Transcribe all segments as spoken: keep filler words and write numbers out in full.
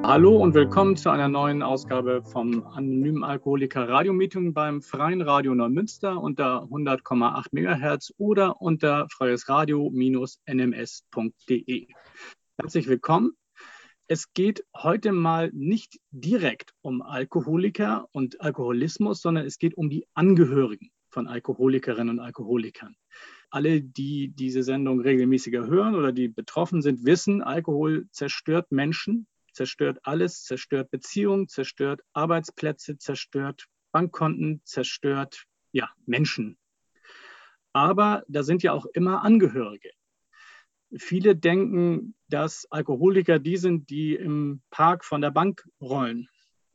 Hallo und willkommen zu einer neuen Ausgabe vom Anonymen Alkoholiker Radiomeeting beim Freien Radio Neumünster unter hundert Komma acht Megahertz oder unter freiesradio Bindestrich n m s punkt d e. Herzlich willkommen. Es geht heute mal nicht direkt um Alkoholiker und Alkoholismus, sondern es geht um die Angehörigen von Alkoholikerinnen und Alkoholikern. Alle, die diese Sendung regelmäßiger hören oder die betroffen sind, wissen, Alkohol zerstört Menschen, zerstört alles, zerstört Beziehungen, zerstört Arbeitsplätze, zerstört Bankkonten, zerstört ja, Menschen. Aber da sind ja auch immer Angehörige. Viele denken, dass Alkoholiker die sind, die im Park von der Bank rollen,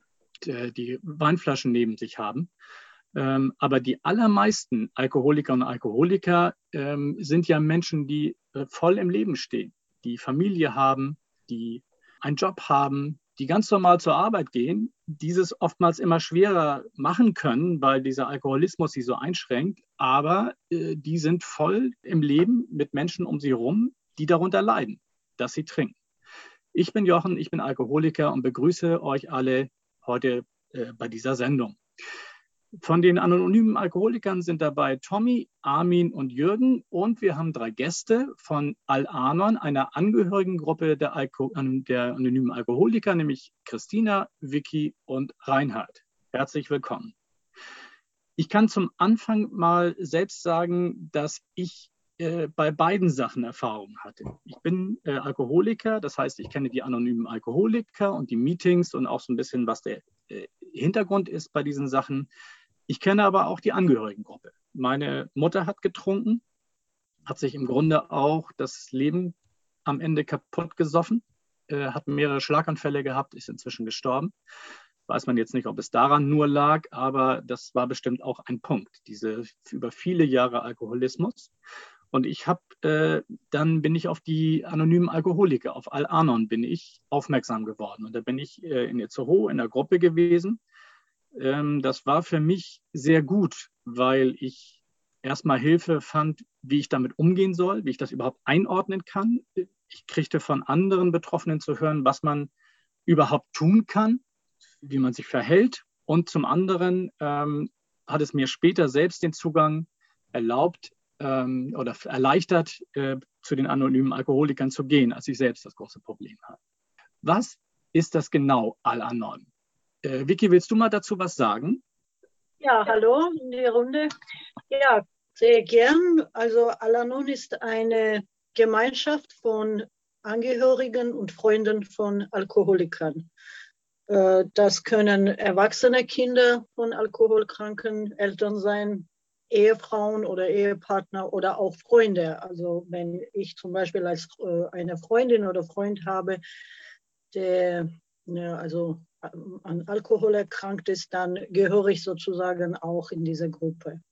die Weinflaschen neben sich haben. Ähm, aber die allermeisten Alkoholiker und Alkoholiker ähm, sind ja Menschen, die äh, voll im Leben stehen, die Familie haben, die einen Job haben, die ganz normal zur Arbeit gehen, dieses oftmals immer schwerer machen können, weil dieser Alkoholismus sie so einschränkt, aber äh, die sind voll im Leben mit Menschen um sie herum, die darunter leiden, dass sie trinken. Ich bin Jochen, ich bin Alkoholiker und begrüße euch alle heute äh, bei dieser Sendung. Von den anonymen Alkoholikern sind dabei Tommy, Armin und Jürgen und wir haben drei Gäste von Al-Anon, einer Angehörigengruppe der, Alko der anonymen Alkoholiker, nämlich Christina, Vicky und Reinhard. Herzlich willkommen. Ich kann zum Anfang mal selbst sagen, dass ich äh, bei beiden Sachen Erfahrungen hatte. Ich bin äh, Alkoholiker, das heißt, ich kenne die anonymen Alkoholiker und die Meetings und auch so ein bisschen, was der äh, Hintergrund ist bei diesen Sachen. Ich kenne aber auch die Angehörigengruppe. Meine Mutter hat getrunken, hat sich im Grunde auch das Leben am Ende kaputt gesoffen, äh, hat mehrere Schlaganfälle gehabt, ist inzwischen gestorben. Weiß man jetzt nicht, ob es daran nur lag, aber das war bestimmt auch ein Punkt, diese über viele Jahre Alkoholismus. Und ich habe, äh, dann bin ich auf die anonymen Alkoholiker, auf Al-Anon bin ich aufmerksam geworden. Und da bin ich äh, in Itzehoe in der Gruppe gewesen. Das war für mich sehr gut, weil ich erstmal Hilfe fand, wie ich damit umgehen soll, wie ich das überhaupt einordnen kann. Ich kriegte von anderen Betroffenen zu hören, was man überhaupt tun kann, wie man sich verhält. Und zum anderen ähm, hat es mir später selbst den Zugang erlaubt ähm, oder erleichtert, äh, zu den anonymen Alkoholikern zu gehen, als ich selbst das große Problem hatte. Was ist das genau, Al-Anon? Äh, Vicky, willst du mal dazu was sagen? Ja, hallo in die Runde. Ja, sehr gern. Also Al-Anon ist eine Gemeinschaft von Angehörigen und Freunden von Alkoholikern. Äh, das können erwachsene Kinder von alkoholkranken Eltern sein, Ehefrauen oder Ehepartner oder auch Freunde. Also wenn ich zum Beispiel als äh, eine Freundin oder Freund habe, der ja, also an Alkohol erkrankt ist, dann gehöre ich sozusagen auch in diese Gruppe.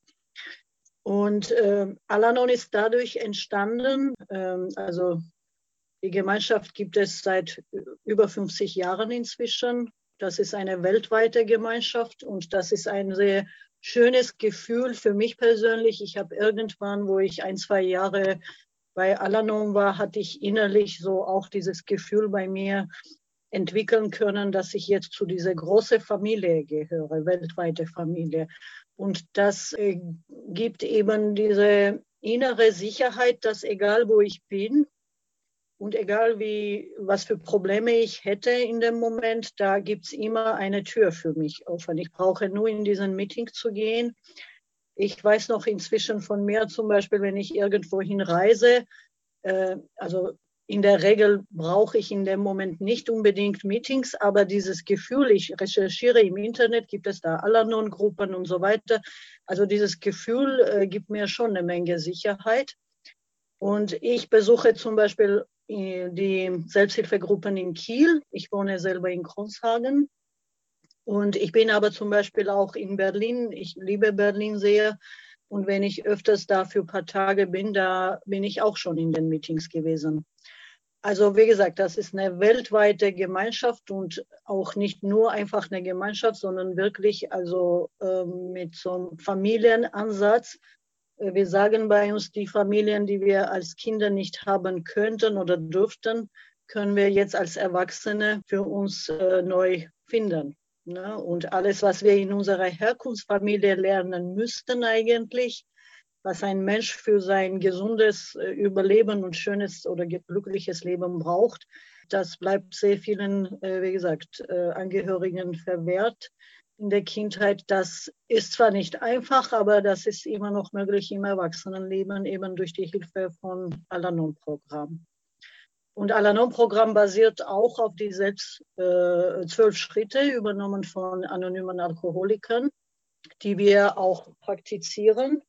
Und äh, Al-Anon ist dadurch entstanden, äh, also die Gemeinschaft gibt es seit über fünfzig Jahren inzwischen. Das ist eine weltweite Gemeinschaft und das ist ein sehr schönes Gefühl für mich persönlich. Ich habe irgendwann, wo ich ein, zwei Jahre bei Al-Anon war, hatte ich innerlich so auch dieses Gefühl bei mir entwickeln können, dass ich jetzt zu dieser großen Familie gehöre, weltweite Familie. Und das äh, gibt eben diese innere Sicherheit, dass egal wo ich bin und egal wie, was für Probleme ich hätte in dem Moment, da gibt es immer eine Tür für mich offen. Ich brauche nur in diesen Meeting zu gehen. Ich weiß noch inzwischen von mir zum Beispiel, wenn ich irgendwohin reise, äh, also in der Regel brauche ich in dem Moment nicht unbedingt Meetings, aber dieses Gefühl, ich recherchiere im Internet, gibt es da Al-Anon-Gruppen und so weiter. Also dieses Gefühl äh, gibt mir schon eine Menge Sicherheit. Und ich besuche zum Beispiel äh, die Selbsthilfegruppen in Kiel. Ich wohne selber in Kronshagen. Und ich bin aber zum Beispiel auch in Berlin. Ich liebe Berlin sehr. Und wenn ich öfters da für ein paar Tage bin, da bin ich auch schon in den Meetings gewesen. Also wie gesagt, das ist eine weltweite Gemeinschaft und auch nicht nur einfach eine Gemeinschaft, sondern wirklich also äh, mit so einem Familienansatz. Wir sagen bei uns, die Familien, die wir als Kinder nicht haben könnten oder dürften, können wir jetzt als Erwachsene für uns äh, neu finden. Ne? Und alles, was wir in unserer Herkunftsfamilie lernen müssten eigentlich, was ein Mensch für sein gesundes äh, Überleben und schönes oder glückliches Leben braucht, das bleibt sehr vielen, äh, wie gesagt, äh, Angehörigen verwehrt in der Kindheit. Das ist zwar nicht einfach, aber das ist immer noch möglich im Erwachsenenleben, eben durch die Hilfe von Al-Anon-Programm. Und Al-Anon-Programm basiert auch auf die selbst äh, zwölf Schritte, übernommen von anonymen Alkoholikern, die wir auch praktizieren,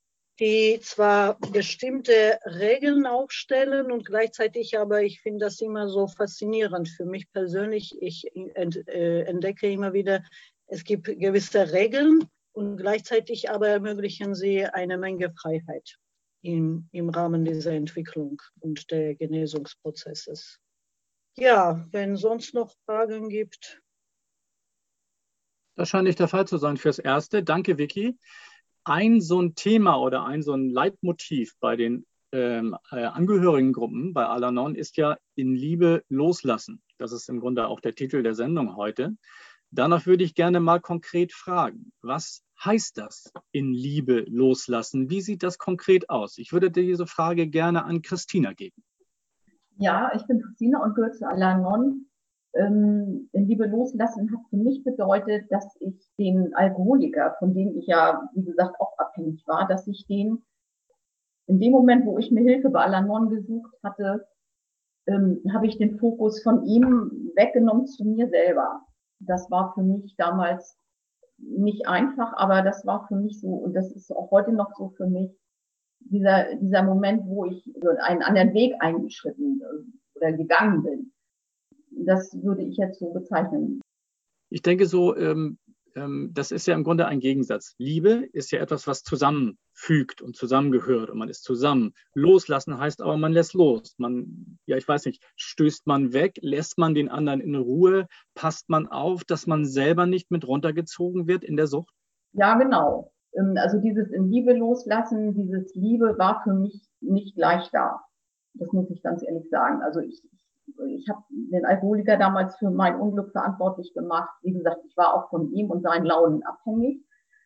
die zwar bestimmte Regeln aufstellen und gleichzeitig aber, ich finde das immer so faszinierend für mich persönlich, ich ent, äh, entdecke immer wieder, es gibt gewisse Regeln und gleichzeitig aber ermöglichen sie eine Menge Freiheit im, im Rahmen dieser Entwicklung und der Genesungsprozesses. Ja, wenn sonst noch Fragen gibt. Das scheint nicht der Fall zu sein fürs Erste. Danke, Vicky. Ein so ein Thema oder ein so ein Leitmotiv bei den ähm, äh, Angehörigengruppen bei Al-Anon ist ja in Liebe loslassen. Das ist im Grunde auch der Titel der Sendung heute. Danach würde ich gerne mal konkret fragen, was heißt das, in Liebe loslassen? Wie sieht das konkret aus? Ich würde diese Frage gerne an Christina geben. Ja, ich bin Christina und gehöre zu Al-Anon. Ähm, in Liebe loslassen hat für mich bedeutet, dass ich den Alkoholiker, von dem ich ja, wie gesagt, auch abhängig war, dass ich den in dem Moment, wo ich mir Hilfe bei Al-Anon gesucht hatte, ähm, habe ich den Fokus von ihm weggenommen zu mir selber. Das war für mich damals nicht einfach, aber das war für mich so, und das ist auch heute noch so für mich, dieser, dieser Moment, wo ich einen anderen Weg eingeschritten oder gegangen bin. Das würde ich jetzt so bezeichnen. Ich denke so, ähm, ähm, das ist ja im Grunde ein Gegensatz. Liebe ist ja etwas, was zusammenfügt und zusammengehört und man ist zusammen. Loslassen heißt aber, man lässt los. Man, ja, ich weiß nicht, stößt man weg, lässt man den anderen in Ruhe, passt man auf, dass man selber nicht mit runtergezogen wird in der Sucht? Ja, genau. Also dieses in Liebe loslassen, dieses Liebe war für mich nicht gleich da. Das muss ich ganz ehrlich sagen. Also ich, ich habe den Alkoholiker damals für mein Unglück verantwortlich gemacht. Wie gesagt, ich war auch von ihm und seinen Launen abhängig.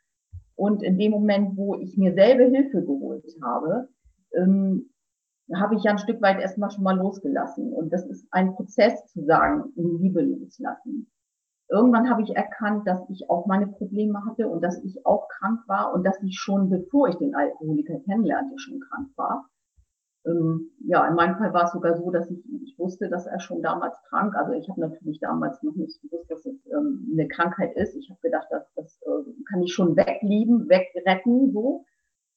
Und in dem Moment, wo ich mir selber Hilfe geholt habe, ähm, habe ich ja ein Stück weit erstmal schon mal losgelassen. Und das ist ein Prozess zu sagen, in Liebe loslassen. Irgendwann habe ich erkannt, dass ich auch meine Probleme hatte und dass ich auch krank war und dass ich schon, bevor ich den Alkoholiker kennenlernte, schon krank war. Ähm, ja, in meinem Fall war es sogar so, dass ich, ich wusste, dass er schon damals krank, also ich habe natürlich damals noch nicht gewusst, dass es ähm, eine Krankheit ist. Ich habe gedacht, das, das äh, kann ich schon weglieben, wegretten, so.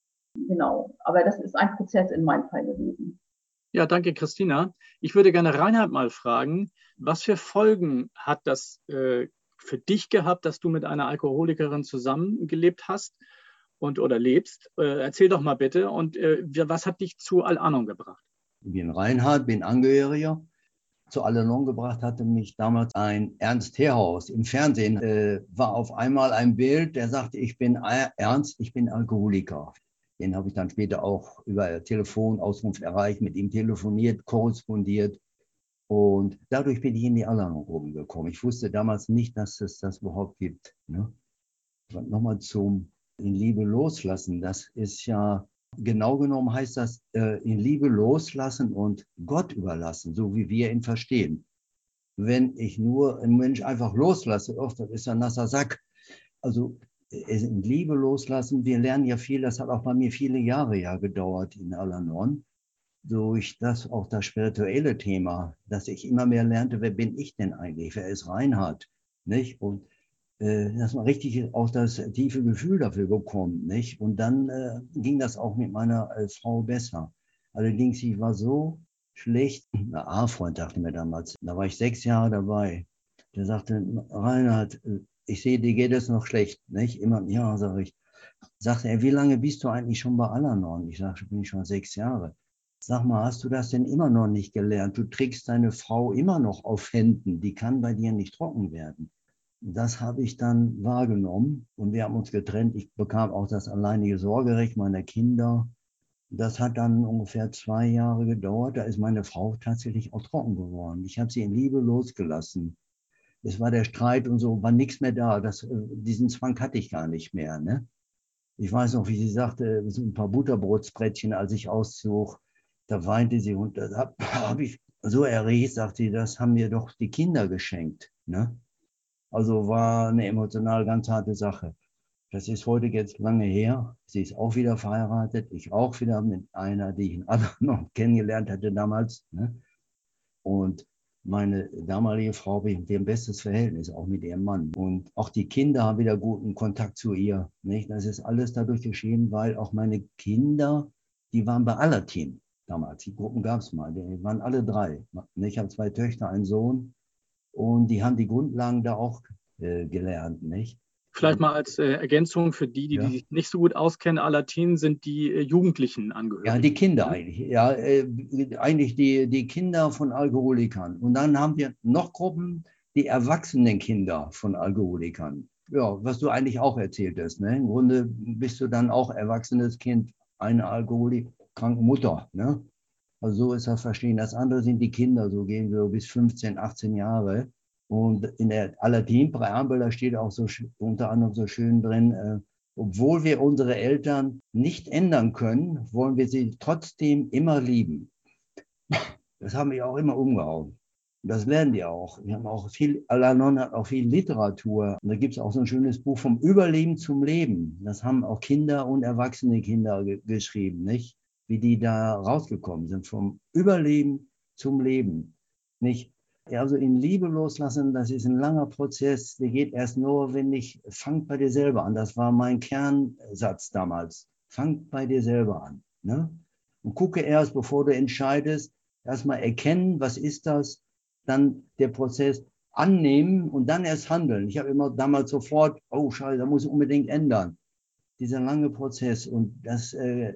Genau, aber das ist ein Prozess in meinem Fall gewesen. Ja, danke, Christina. Ich würde gerne Reinhard mal fragen, was für Folgen hat das äh, für dich gehabt, dass du mit einer Alkoholikerin zusammengelebt hast und oder lebst? Äh, erzähl doch mal bitte. Und äh, was hat dich zu Al-Anon gebracht? Ich bin Reinhard, bin Angehöriger. Zu Al-Anon gebracht hatte mich damals ein Ernst Teerhaus. Im Fernsehen äh, war auf einmal ein Bild, der sagte, ich bin Ernst, ich bin Alkoholiker. Den habe ich dann später auch über Telefonauskunft erreicht, mit ihm telefoniert, korrespondiert. Und dadurch bin ich in die Al-Anon gekommen. Ich wusste damals nicht, dass es das überhaupt gibt. Ne? Nochmal zum in Liebe loslassen. Das ist ja, genau genommen heißt das, äh, in Liebe loslassen und Gott überlassen, so wie wir ihn verstehen. Wenn ich nur einen Mensch einfach loslasse, oh, das ist ein nasser Sack. Also in Liebe loslassen, wir lernen ja viel, das hat auch bei mir viele Jahre ja gedauert in Al-Anon, durch das auch das spirituelle Thema, dass ich immer mehr lernte, wer bin ich denn eigentlich, wer ist Reinhard, nicht? Und äh, dass man richtig auch das tiefe Gefühl dafür bekommt, nicht? Und dann äh, ging das auch mit meiner äh, Frau besser. Allerdings, ich war so schlecht, ein A-Freund dachte mir damals, da war ich sechs Jahre dabei, der sagte, Reinhard, ich sehe, dir geht es noch schlecht, nicht? Immer, ja, sage ich. Sagte er, wie lange bist du eigentlich schon bei Al-Anon? Ich sage, ich bin schon sechs Jahre. Sag mal, hast du das denn immer noch nicht gelernt? Du trägst deine Frau immer noch auf Händen, die kann bei dir nicht trocken werden. Das habe ich dann wahrgenommen und wir haben uns getrennt. Ich bekam auch das alleinige Sorgerecht meiner Kinder Das hat dann ungefähr zwei Jahre gedauert. Da ist meine Frau tatsächlich auch trocken geworden. Ich habe sie in Liebe losgelassen. Es war der Streit und so, war nichts mehr da. Das, diesen Zwang hatte ich gar nicht mehr. Ne? Ich weiß noch, wie sie sagte, so ein paar Butterbrotsbrettchen, als ich auszog, da weinte sie und da habe hab ich so erregt, sagte sie, das haben mir doch die Kinder geschenkt. Ne? Also war eine emotional ganz harte Sache. Das ist heute jetzt lange her. Sie ist auch wieder verheiratet. Ich auch wieder mit einer, die ich in Adern kennengelernt hatte damals. Ne? Und meine damalige Frau habe ich mit ihr ein bestes Verhältnis, auch mit ihrem Mann. Und auch die Kinder haben wieder guten Kontakt zu ihr. Nicht? Das ist alles dadurch geschehen, weil auch meine Kinder, die waren bei Alatin damals. Die Gruppen gab es mal. Die waren alle drei. Ich habe zwei Töchter, einen Sohn. Und die haben die Grundlagen da auch äh, gelernt. Nicht? Vielleicht mal als äh, Ergänzung für die, die, Ja. die sich nicht so gut auskennen, Alatin sind die äh, Jugendlichen Angehörigen. Ja, die Kinder eigentlich. Ja, äh, eigentlich die, die Kinder von Alkoholikern. Und dann haben wir noch Gruppen, die erwachsenen Kinder von Alkoholikern. Ja, was du eigentlich auch erzählt hast. Ne? Im Grunde bist du dann auch erwachsenes Kind einer alkoholikkranken Mutter. Ne? Also so ist das verstehen. Das andere sind die Kinder, so gehen wir bis fünfzehn, achtzehn Jahre. Und in der Alatin-Präambel, da steht auch so unter anderem so schön drin, äh, obwohl wir unsere Eltern nicht ändern können, wollen wir sie trotzdem immer lieben. Das haben wir auch immer umgehauen. Und das lernen die auch. Wir haben auch viel, Al-Anon hat auch viel Literatur. Und da gibt es auch so ein schönes Buch vom Überleben zum Leben. Das haben auch Kinder und erwachsene Kinder ge- geschrieben, nicht? Wie die da rausgekommen sind, vom Überleben zum Leben, nicht? Ja, also in Liebe loslassen, das ist ein langer Prozess, der geht erst nur, wenn ich, fangt bei dir selber an. Das war mein Kernsatz damals. Fangt bei dir selber an. Ne? Und gucke erst, bevor du entscheidest, erstmal erkennen, was ist das, dann der Prozess annehmen und dann erst handeln. Ich habe immer damals sofort, oh Scheiße, da muss ich unbedingt ändern. Dieser lange Prozess und das, äh,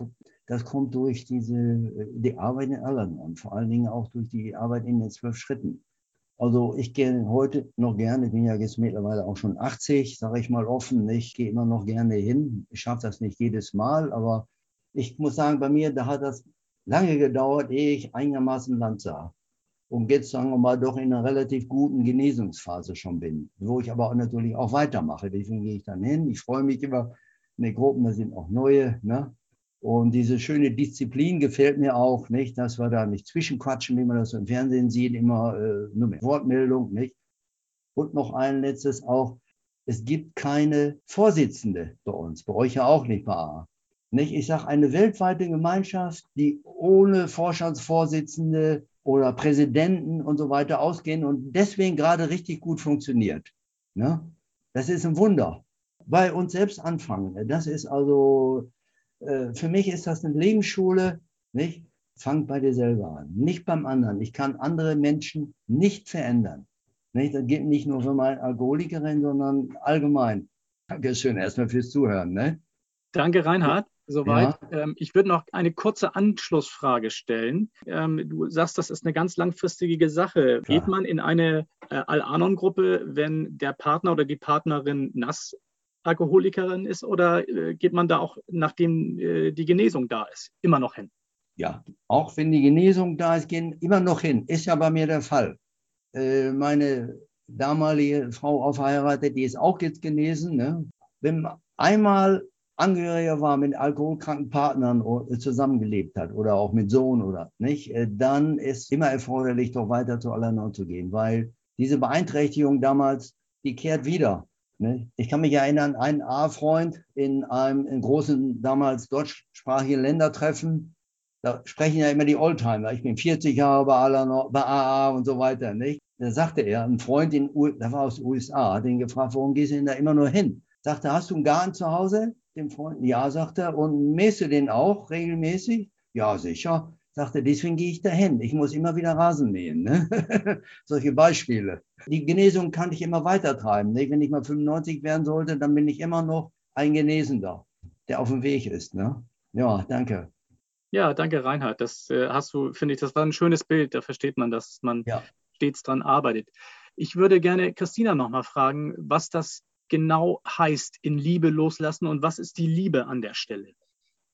das kommt durch diese, die Arbeit in Al-Anon, vor allen Dingen auch durch die Arbeit in den zwölf Schritten. Also ich gehe heute noch gerne, ich bin ja jetzt mittlerweile auch schon achtzig, sage ich mal offen, ich gehe immer noch gerne hin. Ich schaffe das nicht jedes Mal, aber ich muss sagen, bei mir, da hat das lange gedauert, ehe ich einigermaßen Land sah. Und jetzt, sagen wir mal, doch in einer relativ guten Genesungsphase schon bin, wo ich aber auch natürlich auch weitermache. Deswegen gehe ich dann hin. Ich freue mich immer, in den Gruppen, da sind auch neue, ne? Und diese schöne Disziplin gefällt mir auch, nicht, dass wir da nicht zwischenquatschen, wie man das im Fernsehen sieht, immer äh, nur mit Wortmeldung, nicht? Und noch ein letztes auch, es gibt keine Vorsitzende bei uns, bei euch ja auch nicht, bei A A. Nicht? Ich sage, eine weltweite Gemeinschaft, die ohne Vorstandsvorsitzende oder Präsidenten und so weiter ausgehen und deswegen gerade richtig gut funktioniert. Ne? Das ist ein Wunder. Bei uns selbst anfangen. Das ist also, äh, für mich ist das eine Lebensschule, nicht? Fangt bei dir selber an, nicht beim anderen. Ich kann andere Menschen nicht verändern. Nicht? Das geht nicht nur für meine Alkoholikerin, sondern allgemein. Dankeschön erstmal fürs Zuhören. Ne? Danke, Reinhard. Soweit. Ja. Ähm, ich würde noch eine kurze Anschlussfrage stellen. Ähm, du sagst, das ist eine ganz langfristige Sache. Klar. Geht man in eine äh, Al-Anon-Gruppe, wenn der Partner oder die Partnerin nass Alkoholikerin ist, oder äh, geht man da auch, nachdem äh, die Genesung da ist, immer noch hin? Ja, auch wenn die Genesung da ist, gehen immer noch hin. Ist ja bei mir der Fall. Äh, meine damalige Frau auch verheiratet, die ist auch jetzt genesen. Ne? Wenn man einmal Angehöriger war, mit alkoholkranken Partnern zusammengelebt hat oder auch mit Sohn oder nicht, dann ist immer erforderlich, doch weiter zu Al-Anon zu gehen, weil diese Beeinträchtigung damals, die kehrt wieder. Ne? Ich kann mich erinnern, ein A-Freund in einem in großen, damals deutschsprachigen Ländertreffen, da sprechen ja immer die Oldtimer. Ich bin vierzig Jahre bei, Al-Anon, bei A A und so weiter. Nicht? Da sagte er, ein Freund, in U der war aus den U S A, hat ihn gefragt, warum gehst du denn da immer nur hin? Sagte, hast du einen Garten zu Hause? Dem Freund, ja, sagt er. Und mähst du den auch regelmäßig? Ja, sicher. Sagte, deswegen gehe ich dahin. Ich muss immer wieder Rasen mähen. Ne? Solche Beispiele. Die Genesung kann ich immer weiter treiben. Ne? Wenn ich mal fünfundneunzig werden sollte, dann bin ich immer noch ein Genesender, der auf dem Weg ist. Ne? Ja, danke. Ja, danke, Reinhard. Das äh, hast du, finde ich, das war ein schönes Bild. Da versteht man, dass man ja. stets dran arbeitet. Ich würde gerne Christina nochmal fragen, was das genau heißt, in Liebe loslassen und was ist die Liebe an der Stelle?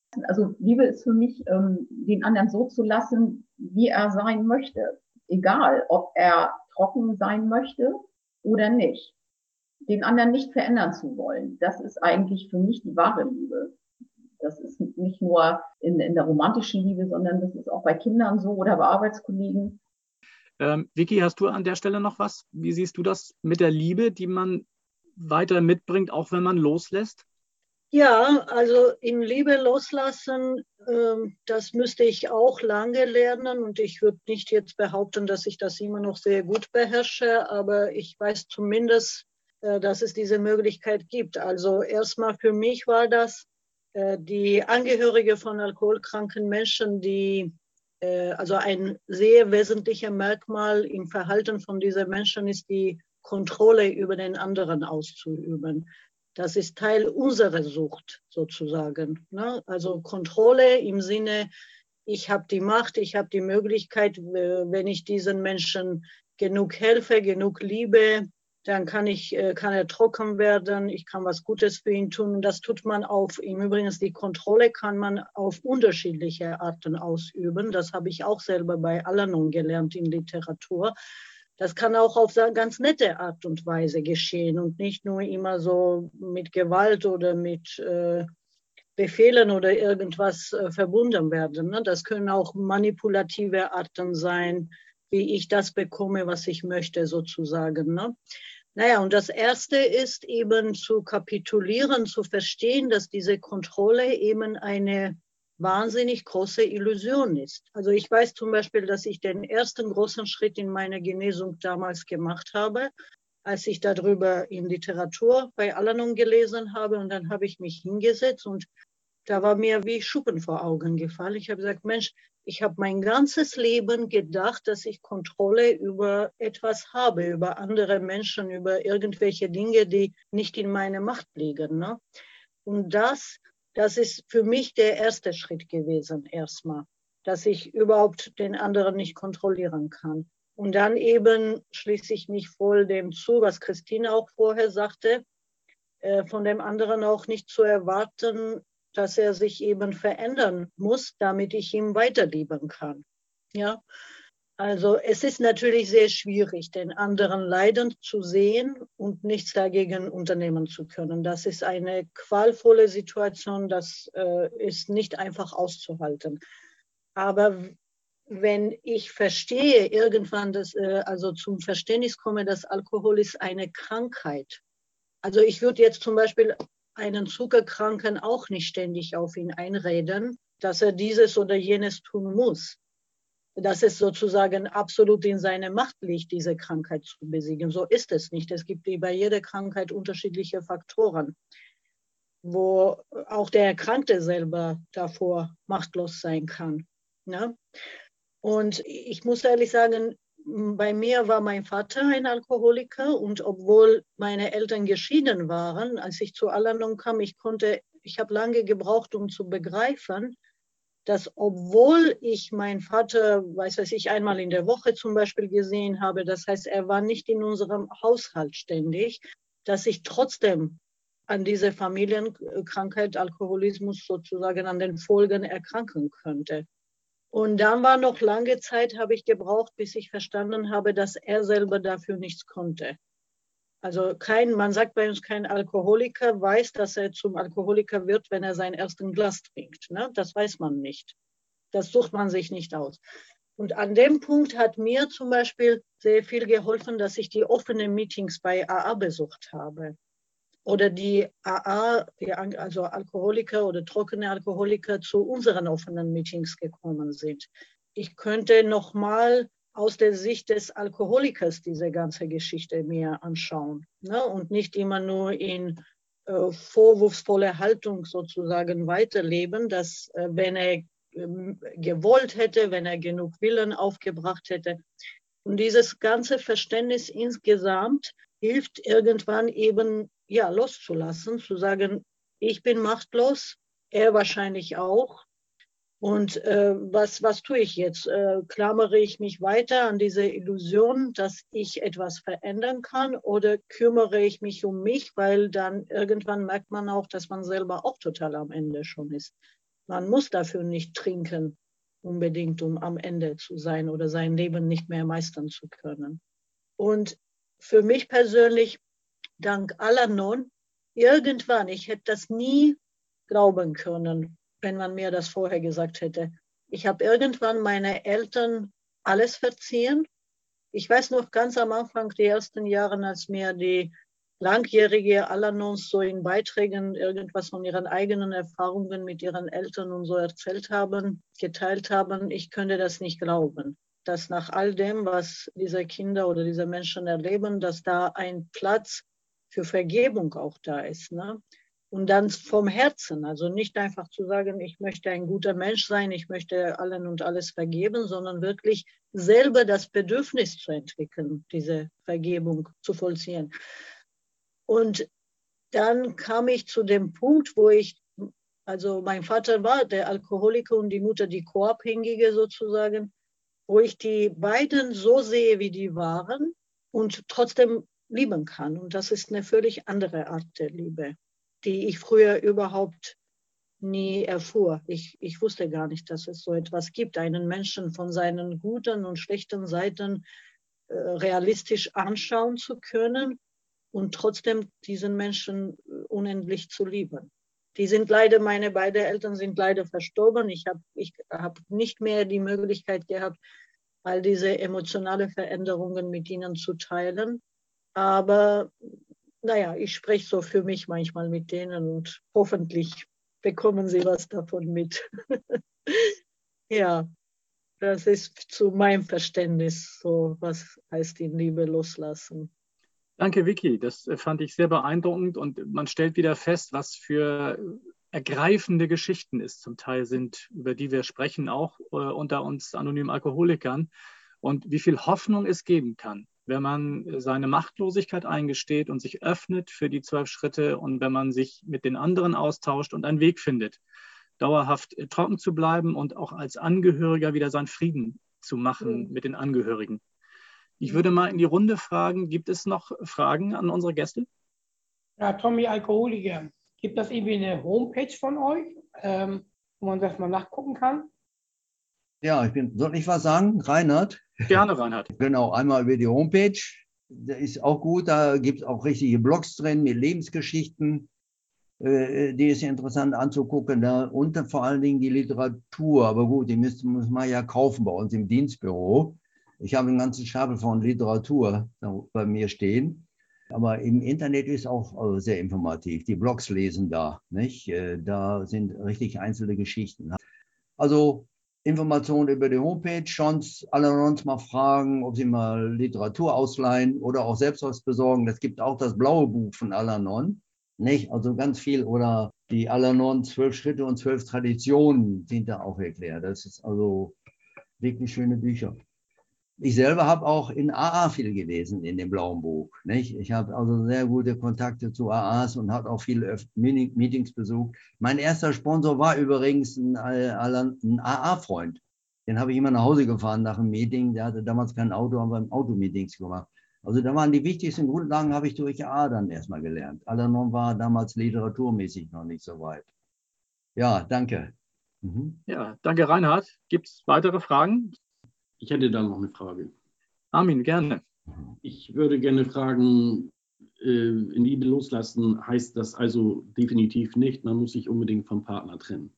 Also Liebe ist für mich, ähm, den anderen so zu lassen, wie er sein möchte. Egal, ob er trocken sein möchte oder nicht. Den anderen nicht verändern zu wollen, das ist eigentlich für mich die wahre Liebe. Das ist nicht nur in, in der romantischen Liebe, sondern das ist auch bei Kindern so oder bei Arbeitskollegen. Ähm, Vicky, hast du an der Stelle noch was? Wie siehst du das mit der Liebe, die man weiter mitbringt, auch wenn man loslässt? Ja, also in Liebe loslassen, ähm, das müsste ich auch lange lernen und ich würde nicht jetzt behaupten, dass ich das immer noch sehr gut beherrsche, aber ich weiß zumindest, äh, dass es diese Möglichkeit gibt. Also erstmal für mich war das äh, die Angehörige von alkoholkranken Menschen, die äh, also ein sehr wesentliches Merkmal im Verhalten von diesen Menschen ist, die Kontrolle über den anderen auszuüben. Das ist Teil unserer Sucht sozusagen. Ne? Also Kontrolle im Sinne, ich habe die Macht, ich habe die Möglichkeit, wenn ich diesen Menschen genug helfe, genug liebe, dann kann, ich, kann er trocken werden, ich kann was Gutes für ihn tun. Und das tut man auf, im Übrigen die Kontrolle kann man auf unterschiedliche Arten ausüben. Das habe ich auch selber bei Al-Anon gelernt in Literatur. Das kann auch auf eine ganz nette Art und Weise geschehen und nicht nur immer so mit Gewalt oder mit äh, Befehlen oder irgendwas äh, verbunden werden. Ne? Das können auch manipulative Arten sein, wie ich das bekomme, was ich möchte sozusagen. Ne? Naja, und das Erste ist eben zu kapitulieren, zu verstehen, dass diese Kontrolle eben eine wahnsinnig große Illusion ist. Also ich weiß zum Beispiel, dass ich den ersten großen Schritt in meiner Genesung damals gemacht habe, als ich darüber in Literatur bei Al-Anon gelesen habe. Und dann habe ich mich hingesetzt und da war mir wie Schuppen vor Augen gefallen. Ich habe gesagt, Mensch, ich habe mein ganzes Leben gedacht, dass ich Kontrolle über etwas habe, über andere Menschen, über irgendwelche Dinge, die nicht in meiner Macht liegen. Ne? Und das Das ist für mich der erste Schritt gewesen, erstmal, dass ich überhaupt den anderen nicht kontrollieren kann. Und dann eben schließe ich mich voll dem zu, was Christine auch vorher sagte, äh, von dem anderen auch nicht zu erwarten, dass er sich eben verändern muss, damit ich ihm weiterlieben kann. Ja. Also es ist natürlich sehr schwierig, den anderen leidend zu sehen und nichts dagegen unternehmen zu können. Das ist eine qualvolle Situation, das äh, ist nicht einfach auszuhalten. Aber wenn ich verstehe irgendwann, dass, äh, also zum Verständnis komme, dass Alkohol ist eine Krankheit. Also ich würde jetzt zum Beispiel einen Zuckerkranken auch nicht ständig auf ihn einreden, dass er dieses oder jenes tun muss. Dass es sozusagen absolut in seiner Macht liegt, diese Krankheit zu besiegen. So ist es nicht. Es gibt wie bei jeder Krankheit unterschiedliche Faktoren, wo auch der Erkrankte selber davor machtlos sein kann. Ne? Und ich muss ehrlich sagen, bei mir war mein Vater ein Alkoholiker und obwohl meine Eltern geschieden waren, als ich zu Al-Anon kam, ich konnte, ich habe lange gebraucht, um zu begreifen, dass obwohl ich meinen Vater, weiß weiß ich, einmal in der Woche zum Beispiel gesehen habe, das heißt, er war nicht in unserem Haushalt ständig, dass ich trotzdem an dieser Familienkrankheit, Alkoholismus sozusagen, an den Folgen erkranken könnte. Und dann war noch lange Zeit, habe ich gebraucht, bis ich verstanden habe, dass er selber dafür nichts konnte. Also kein, man sagt bei uns, kein Alkoholiker weiß, dass er zum Alkoholiker wird, wenn er sein erstes Glas trinkt. Ne? Das weiß man nicht. Das sucht man sich nicht aus. Und an dem Punkt hat mir zum Beispiel sehr viel geholfen, dass ich die offenen Meetings bei A A besucht habe. Oder die A A, die, also Alkoholiker oder trockene Alkoholiker, zu unseren offenen Meetings gekommen sind. Ich könnte nochmal aus der Sicht des Alkoholikers diese ganze Geschichte mir anschauen, ne? Und nicht immer nur in äh, vorwurfsvoller Haltung sozusagen weiterleben, dass äh, wenn er äh, gewollt hätte, wenn er genug Willen aufgebracht hätte. Und dieses ganze Verständnis insgesamt hilft irgendwann eben, ja, loszulassen, zu sagen, ich bin machtlos, er wahrscheinlich auch. Und äh, was, was tue ich jetzt? Äh, klammere ich mich weiter an diese Illusion, dass ich etwas verändern kann, oder kümmere ich mich um mich, weil dann irgendwann merkt man auch, dass man selber auch total am Ende schon ist. Man muss dafür nicht trinken, unbedingt, um am Ende zu sein oder sein Leben nicht mehr meistern zu können. Und für mich persönlich, dank Al-Anon, irgendwann, ich hätte das nie glauben können, wenn man mir das vorher gesagt hätte. Ich habe irgendwann meine Eltern alles verziehen. Ich weiß noch ganz am Anfang, die ersten Jahre, als mir die langjährige Al-Anons so in Beiträgen irgendwas von ihren eigenen Erfahrungen mit ihren Eltern und so erzählt haben, geteilt haben, ich könnte das nicht glauben, dass nach all dem, was diese Kinder oder diese Menschen erleben, dass da ein Platz für Vergebung auch da ist, ne? Und dann vom Herzen, also nicht einfach zu sagen, ich möchte ein guter Mensch sein, ich möchte allen und alles vergeben, sondern wirklich selber das Bedürfnis zu entwickeln, diese Vergebung zu vollziehen. Und dann kam ich zu dem Punkt, wo ich, also mein Vater war der Alkoholiker und die Mutter die Co-Abhängige sozusagen, wo ich die beiden so sehe, wie die waren und trotzdem lieben kann. Und das ist eine völlig andere Art der Liebe, die ich früher überhaupt nie erfuhr. Ich, ich wusste gar nicht, dass es so etwas gibt, einen Menschen von seinen guten und schlechten Seiten äh, realistisch anschauen zu können und trotzdem diesen Menschen unendlich zu lieben. Die sind leider, meine beiden Eltern sind leider verstorben. Ich habe ich hab nicht mehr die Möglichkeit gehabt, all diese emotionale Veränderungen mit ihnen zu teilen. Aber naja, ich spreche so für mich manchmal mit denen und hoffentlich bekommen sie was davon mit. Ja, das ist zu meinem Verständnis so, was heißt in Liebe loslassen. Danke, Vicky. Das fand ich sehr beeindruckend und man stellt wieder fest, was für ergreifende Geschichten es zum Teil sind, über die wir sprechen, auch äh, unter uns anonymen Alkoholikern, und wie viel Hoffnung es geben kann, wenn man seine Machtlosigkeit eingesteht und sich öffnet für die zwölf Schritte und wenn man sich mit den anderen austauscht und einen Weg findet, dauerhaft trocken zu bleiben und auch als Angehöriger wieder seinen Frieden zu machen mhm. mit den Angehörigen. Ich würde mal in die Runde fragen, gibt es noch Fragen an unsere Gäste? Ja, Tommy Alkoholiker, gibt es irgendwie eine Homepage von euch, ähm, wo man das mal nachgucken kann? Ja, ich bin, soll ich was sagen, Reinhard? Gerne, Reinhard. Genau, einmal über die Homepage. Da ist auch gut, da gibt es auch richtige Blogs drin mit Lebensgeschichten. Äh, die ist interessant anzugucken. Da, und vor allen Dingen die Literatur. Aber gut, die müsste, muss man ja kaufen bei uns im Dienstbüro. Ich habe einen ganzen Stapel von Literatur bei mir stehen. Aber im Internet ist auch sehr informativ. Die Blogs lesen da, nicht? Da sind richtig einzelne Geschichten. Also Informationen über die Homepage, sonst alle uns mal fragen, ob sie mal Literatur ausleihen oder auch selbst was besorgen. Es gibt auch das blaue Buch von Al-Anon, nicht? Also ganz viel, oder die Al-Anon zwölf Schritte und zwölf Traditionen sind da auch erklärt. Das ist also wirklich schöne Bücher. Ich selber habe auch in A A viel gelesen, in dem blauen Buch. Nicht? Ich habe also sehr gute Kontakte zu A As und habe auch viele Meetings besucht. Mein erster Sponsor war übrigens ein, ein A A-Freund. Den habe ich immer nach Hause gefahren nach einem Meeting. Der hatte damals kein Auto, haben wir im Auto-Meetings gemacht. Also da waren die wichtigsten Grundlagen, habe ich durch A A dann erstmal gelernt. Al-Anon war damals literaturmäßig noch nicht so weit. Ja, danke. Mhm. Ja, danke, Reinhard. Gibt es weitere Fragen? Ich hätte da noch eine Frage. Armin, gerne. Ich würde gerne fragen, äh, in Liebe loslassen heißt das also definitiv nicht, man muss sich unbedingt vom Partner trennen.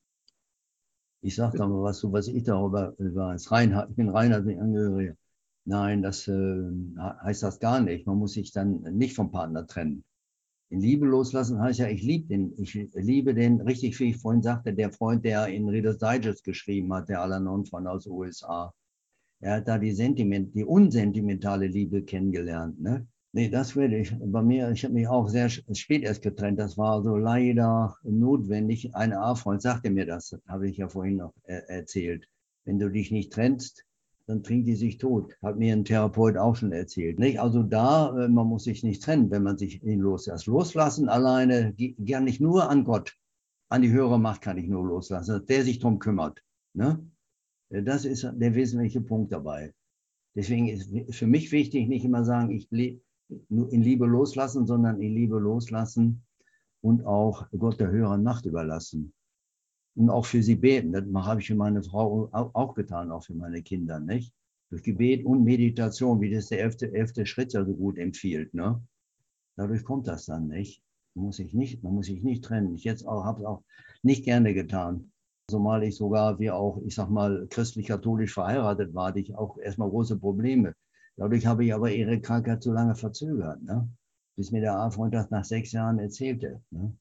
Ich sage da mal was, was ich darüber weiß. Reinhard, ich bin Reinhard, bin Angehöriger. Nein, das äh, heißt das gar nicht. Man muss sich dann nicht vom Partner trennen. In Liebe loslassen heißt ja, ich liebe den, ich liebe den, richtig wie ich vorhin sagte, der Freund, der in Reader's Digest geschrieben hat, der Al-Anon von aus den U S A. Er hat da die Sentiment, die unsentimentale Liebe kennengelernt. Ne? Nee, das würde ich, bei mir, ich habe mich auch sehr spät erst getrennt. Das war so leider notwendig. Ein A-Freund sagte mir das, habe ich ja vorhin noch er erzählt. Wenn du dich nicht trennst, dann trinkt die sich tot. Hat mir ein Therapeut auch schon erzählt. Nicht? Also da, man muss sich nicht trennen, wenn man sich ihn loslässt. Loslassen alleine, gar nicht nur an Gott. An die höhere Macht kann ich nur loslassen, der sich darum kümmert. Ne? Das ist der wesentliche Punkt dabei. Deswegen ist für mich wichtig, nicht immer sagen, ich in Liebe loslassen, sondern in Liebe loslassen und auch Gott der höheren Macht überlassen. und auch für sie beten. Das habe ich für meine Frau auch getan, auch für meine Kinder, nicht? Durch Gebet und Meditation, wie das der elfte, elfte Schritt ja so gut empfiehlt, ne? Dadurch kommt das dann nicht. Man muss sich nicht, man muss sich nicht trennen. Ich jetzt auch, habe es auch nicht gerne getan. Zumal ich sogar, wie auch, ich sag mal, christlich-katholisch verheiratet war, hatte ich auch erstmal große Probleme. Dadurch habe ich aber ihre Krankheit so lange verzögert, ne? Bis mir der A-Freund das nach sechs Jahren erzählte. Ne?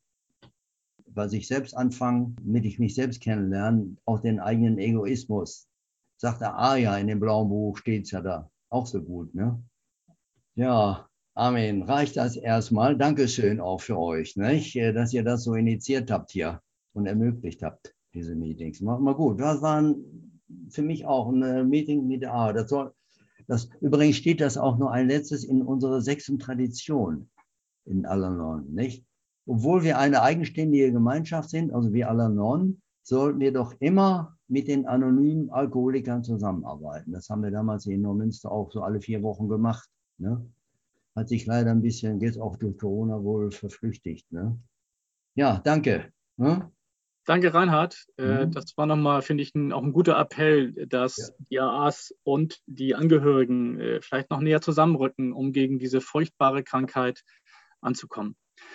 Was ich selbst anfange, damit ich mich selbst kennenlerne, auch den eigenen Egoismus. Sagt der Aja in dem blauen Buch, steht es ja da. Auch so gut, ne? Ja, Amen. Reicht das erstmal. Dankeschön auch für euch, nicht? Dass ihr das so initiiert habt hier und ermöglicht habt, diese Meetings. Mal, mal gut. Das waren für mich auch ein Meeting mit der A. Das soll, das, übrigens steht das auch noch ein letztes in unserer sechsten Tradition in Al-Anon, nicht? Obwohl wir eine eigenständige Gemeinschaft sind, also wir Al-Anon, sollten wir doch immer mit den anonymen Alkoholikern zusammenarbeiten. Das haben wir damals in Neumünster auch so alle vier Wochen gemacht. Ne? Hat sich leider ein bisschen, jetzt auch durch Corona wohl verflüchtigt. Ne? Ja, danke. Ne? Danke, Reinhard. Mhm. Das war nochmal, finde ich, ein, auch ein guter Appell, dass ja. die A As und die Angehörigen vielleicht noch näher zusammenrücken, um gegen diese furchtbare Krankheit anzukommen.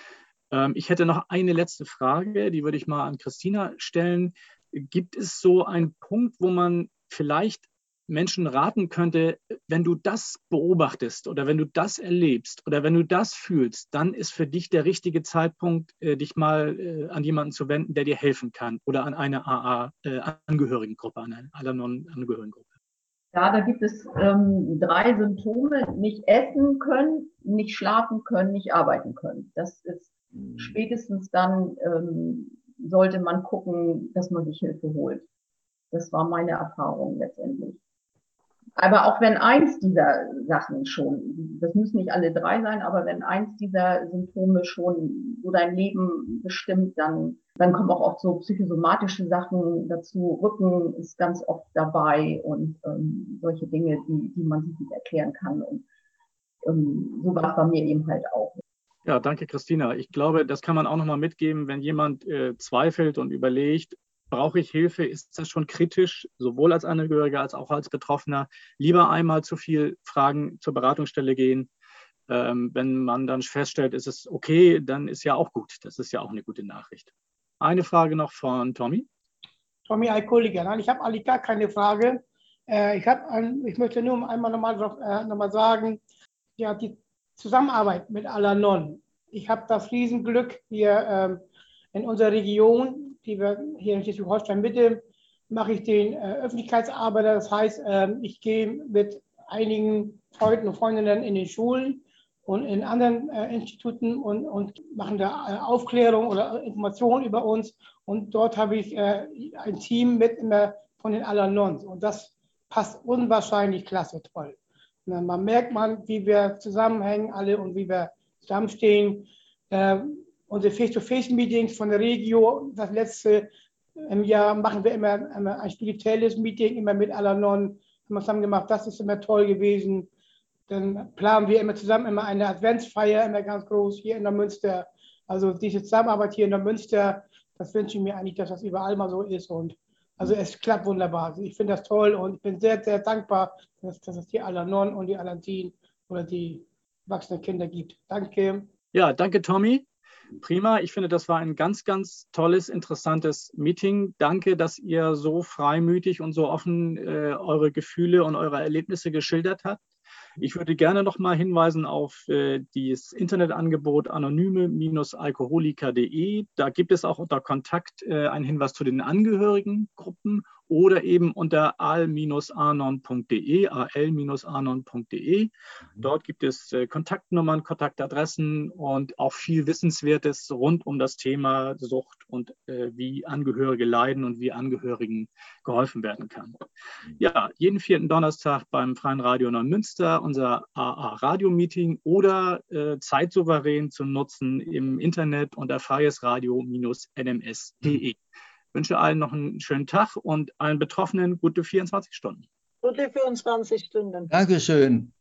Ich hätte noch eine letzte Frage, die würde ich mal an Christina stellen. Gibt es so einen Punkt, wo man vielleicht Menschen raten könnte, wenn du das beobachtest oder wenn du das erlebst oder wenn du das fühlst, dann ist für dich der richtige Zeitpunkt, dich mal an jemanden zu wenden, der dir helfen kann oder an eine A A-Angehörigengruppe, an eine Al-Anon-Angehörigengruppe? Ja, da gibt es ähm, drei Symptome: nicht essen können, nicht schlafen können, nicht arbeiten können. Das ist spätestens dann, ähm, sollte man gucken, dass man sich Hilfe holt. Das war meine Erfahrung letztendlich. Aber auch wenn eins dieser Sachen schon, das müssen nicht alle drei sein, aber wenn eins dieser Symptome schon so dein Leben bestimmt, dann, dann kommen auch oft so psychosomatische Sachen dazu. Rücken ist ganz oft dabei und ähm, solche Dinge, die, die man sich nicht erklären kann. Und ähm, so war es bei mir eben halt auch. Ja, danke, Christina. Ich glaube, das kann man auch nochmal mitgeben, wenn jemand äh, zweifelt und überlegt, brauche ich Hilfe, ist das schon kritisch, sowohl als Angehöriger als auch als Betroffener. Lieber einmal zu viel Fragen zur Beratungsstelle gehen. Ähm, wenn man dann feststellt, ist es okay, dann ist ja auch gut. Das ist ja auch eine gute Nachricht. Eine Frage noch von Tommy. Tommy Alkoholiker. Nein, ich habe eigentlich gar keine Frage. Äh, ich, hab ein, ich möchte nur einmal nochmal äh, noch mal sagen, ja, die Zusammenarbeit mit Al-Anon. Ich habe das Riesenglück hier ähm, in unserer Region, die wir hier in Schleswig-Holstein-Mitte, mache ich den äh, Öffentlichkeitsarbeiter. Das heißt, äh, ich gehe mit einigen Freunden und Freundinnen in den Schulen und in anderen äh, Instituten und, und machen da äh, Aufklärung oder Informationen über uns. Und dort habe ich äh, ein Team mit immer von den Al-Anons. Und das passt unwahrscheinlich klasse, toll. Und dann man merkt man, wie wir zusammenhängen alle und wie wir zusammenstehen. Äh, unsere Face-to-Face-Meetings von der Regio, das letzte im Jahr machen wir immer, immer ein spirituelles Meeting, immer mit Al-Anon, haben wir zusammen gemacht. Das ist immer toll gewesen. Dann planen wir immer zusammen immer eine Adventsfeier, immer ganz groß hier in der Münster. Also diese Zusammenarbeit hier in der Münster, das wünsche ich mir eigentlich, dass das überall mal so ist. Und also es klappt wunderbar. Also ich finde das toll und ich bin sehr, sehr dankbar, dass, dass es die Al-Anon und die Al-Anon oder die erwachsenen Kinder gibt. Danke. Ja, danke, Tommy. Prima. Ich finde, das war ein ganz, ganz tolles, interessantes Meeting. Danke, dass ihr so freimütig und so offen äh, eure Gefühle und eure Erlebnisse geschildert habt. Ich würde gerne noch mal hinweisen auf äh, das Internetangebot anonyme Alkoholiker punkt de. Da gibt es auch unter Kontakt äh, einen Hinweis zu den Angehörigengruppen oder eben unter al anon punkt de, al anon punkt de. Dort gibt es äh, Kontaktnummern, Kontaktadressen und auch viel Wissenswertes rund um das Thema Sucht und äh, wie Angehörige leiden und wie Angehörigen geholfen werden kann. Ja, jeden vierten Donnerstag beim Freien Radio Neumünster unser A A-Radio-Meeting oder äh, zeitsouverän zu nutzen im Internet unter freies radio Bindestrich n m s punkt de. Ich wünsche allen noch einen schönen Tag und allen Betroffenen gute vierundzwanzig Stunden. Gute vierundzwanzig Stunden. Dankeschön.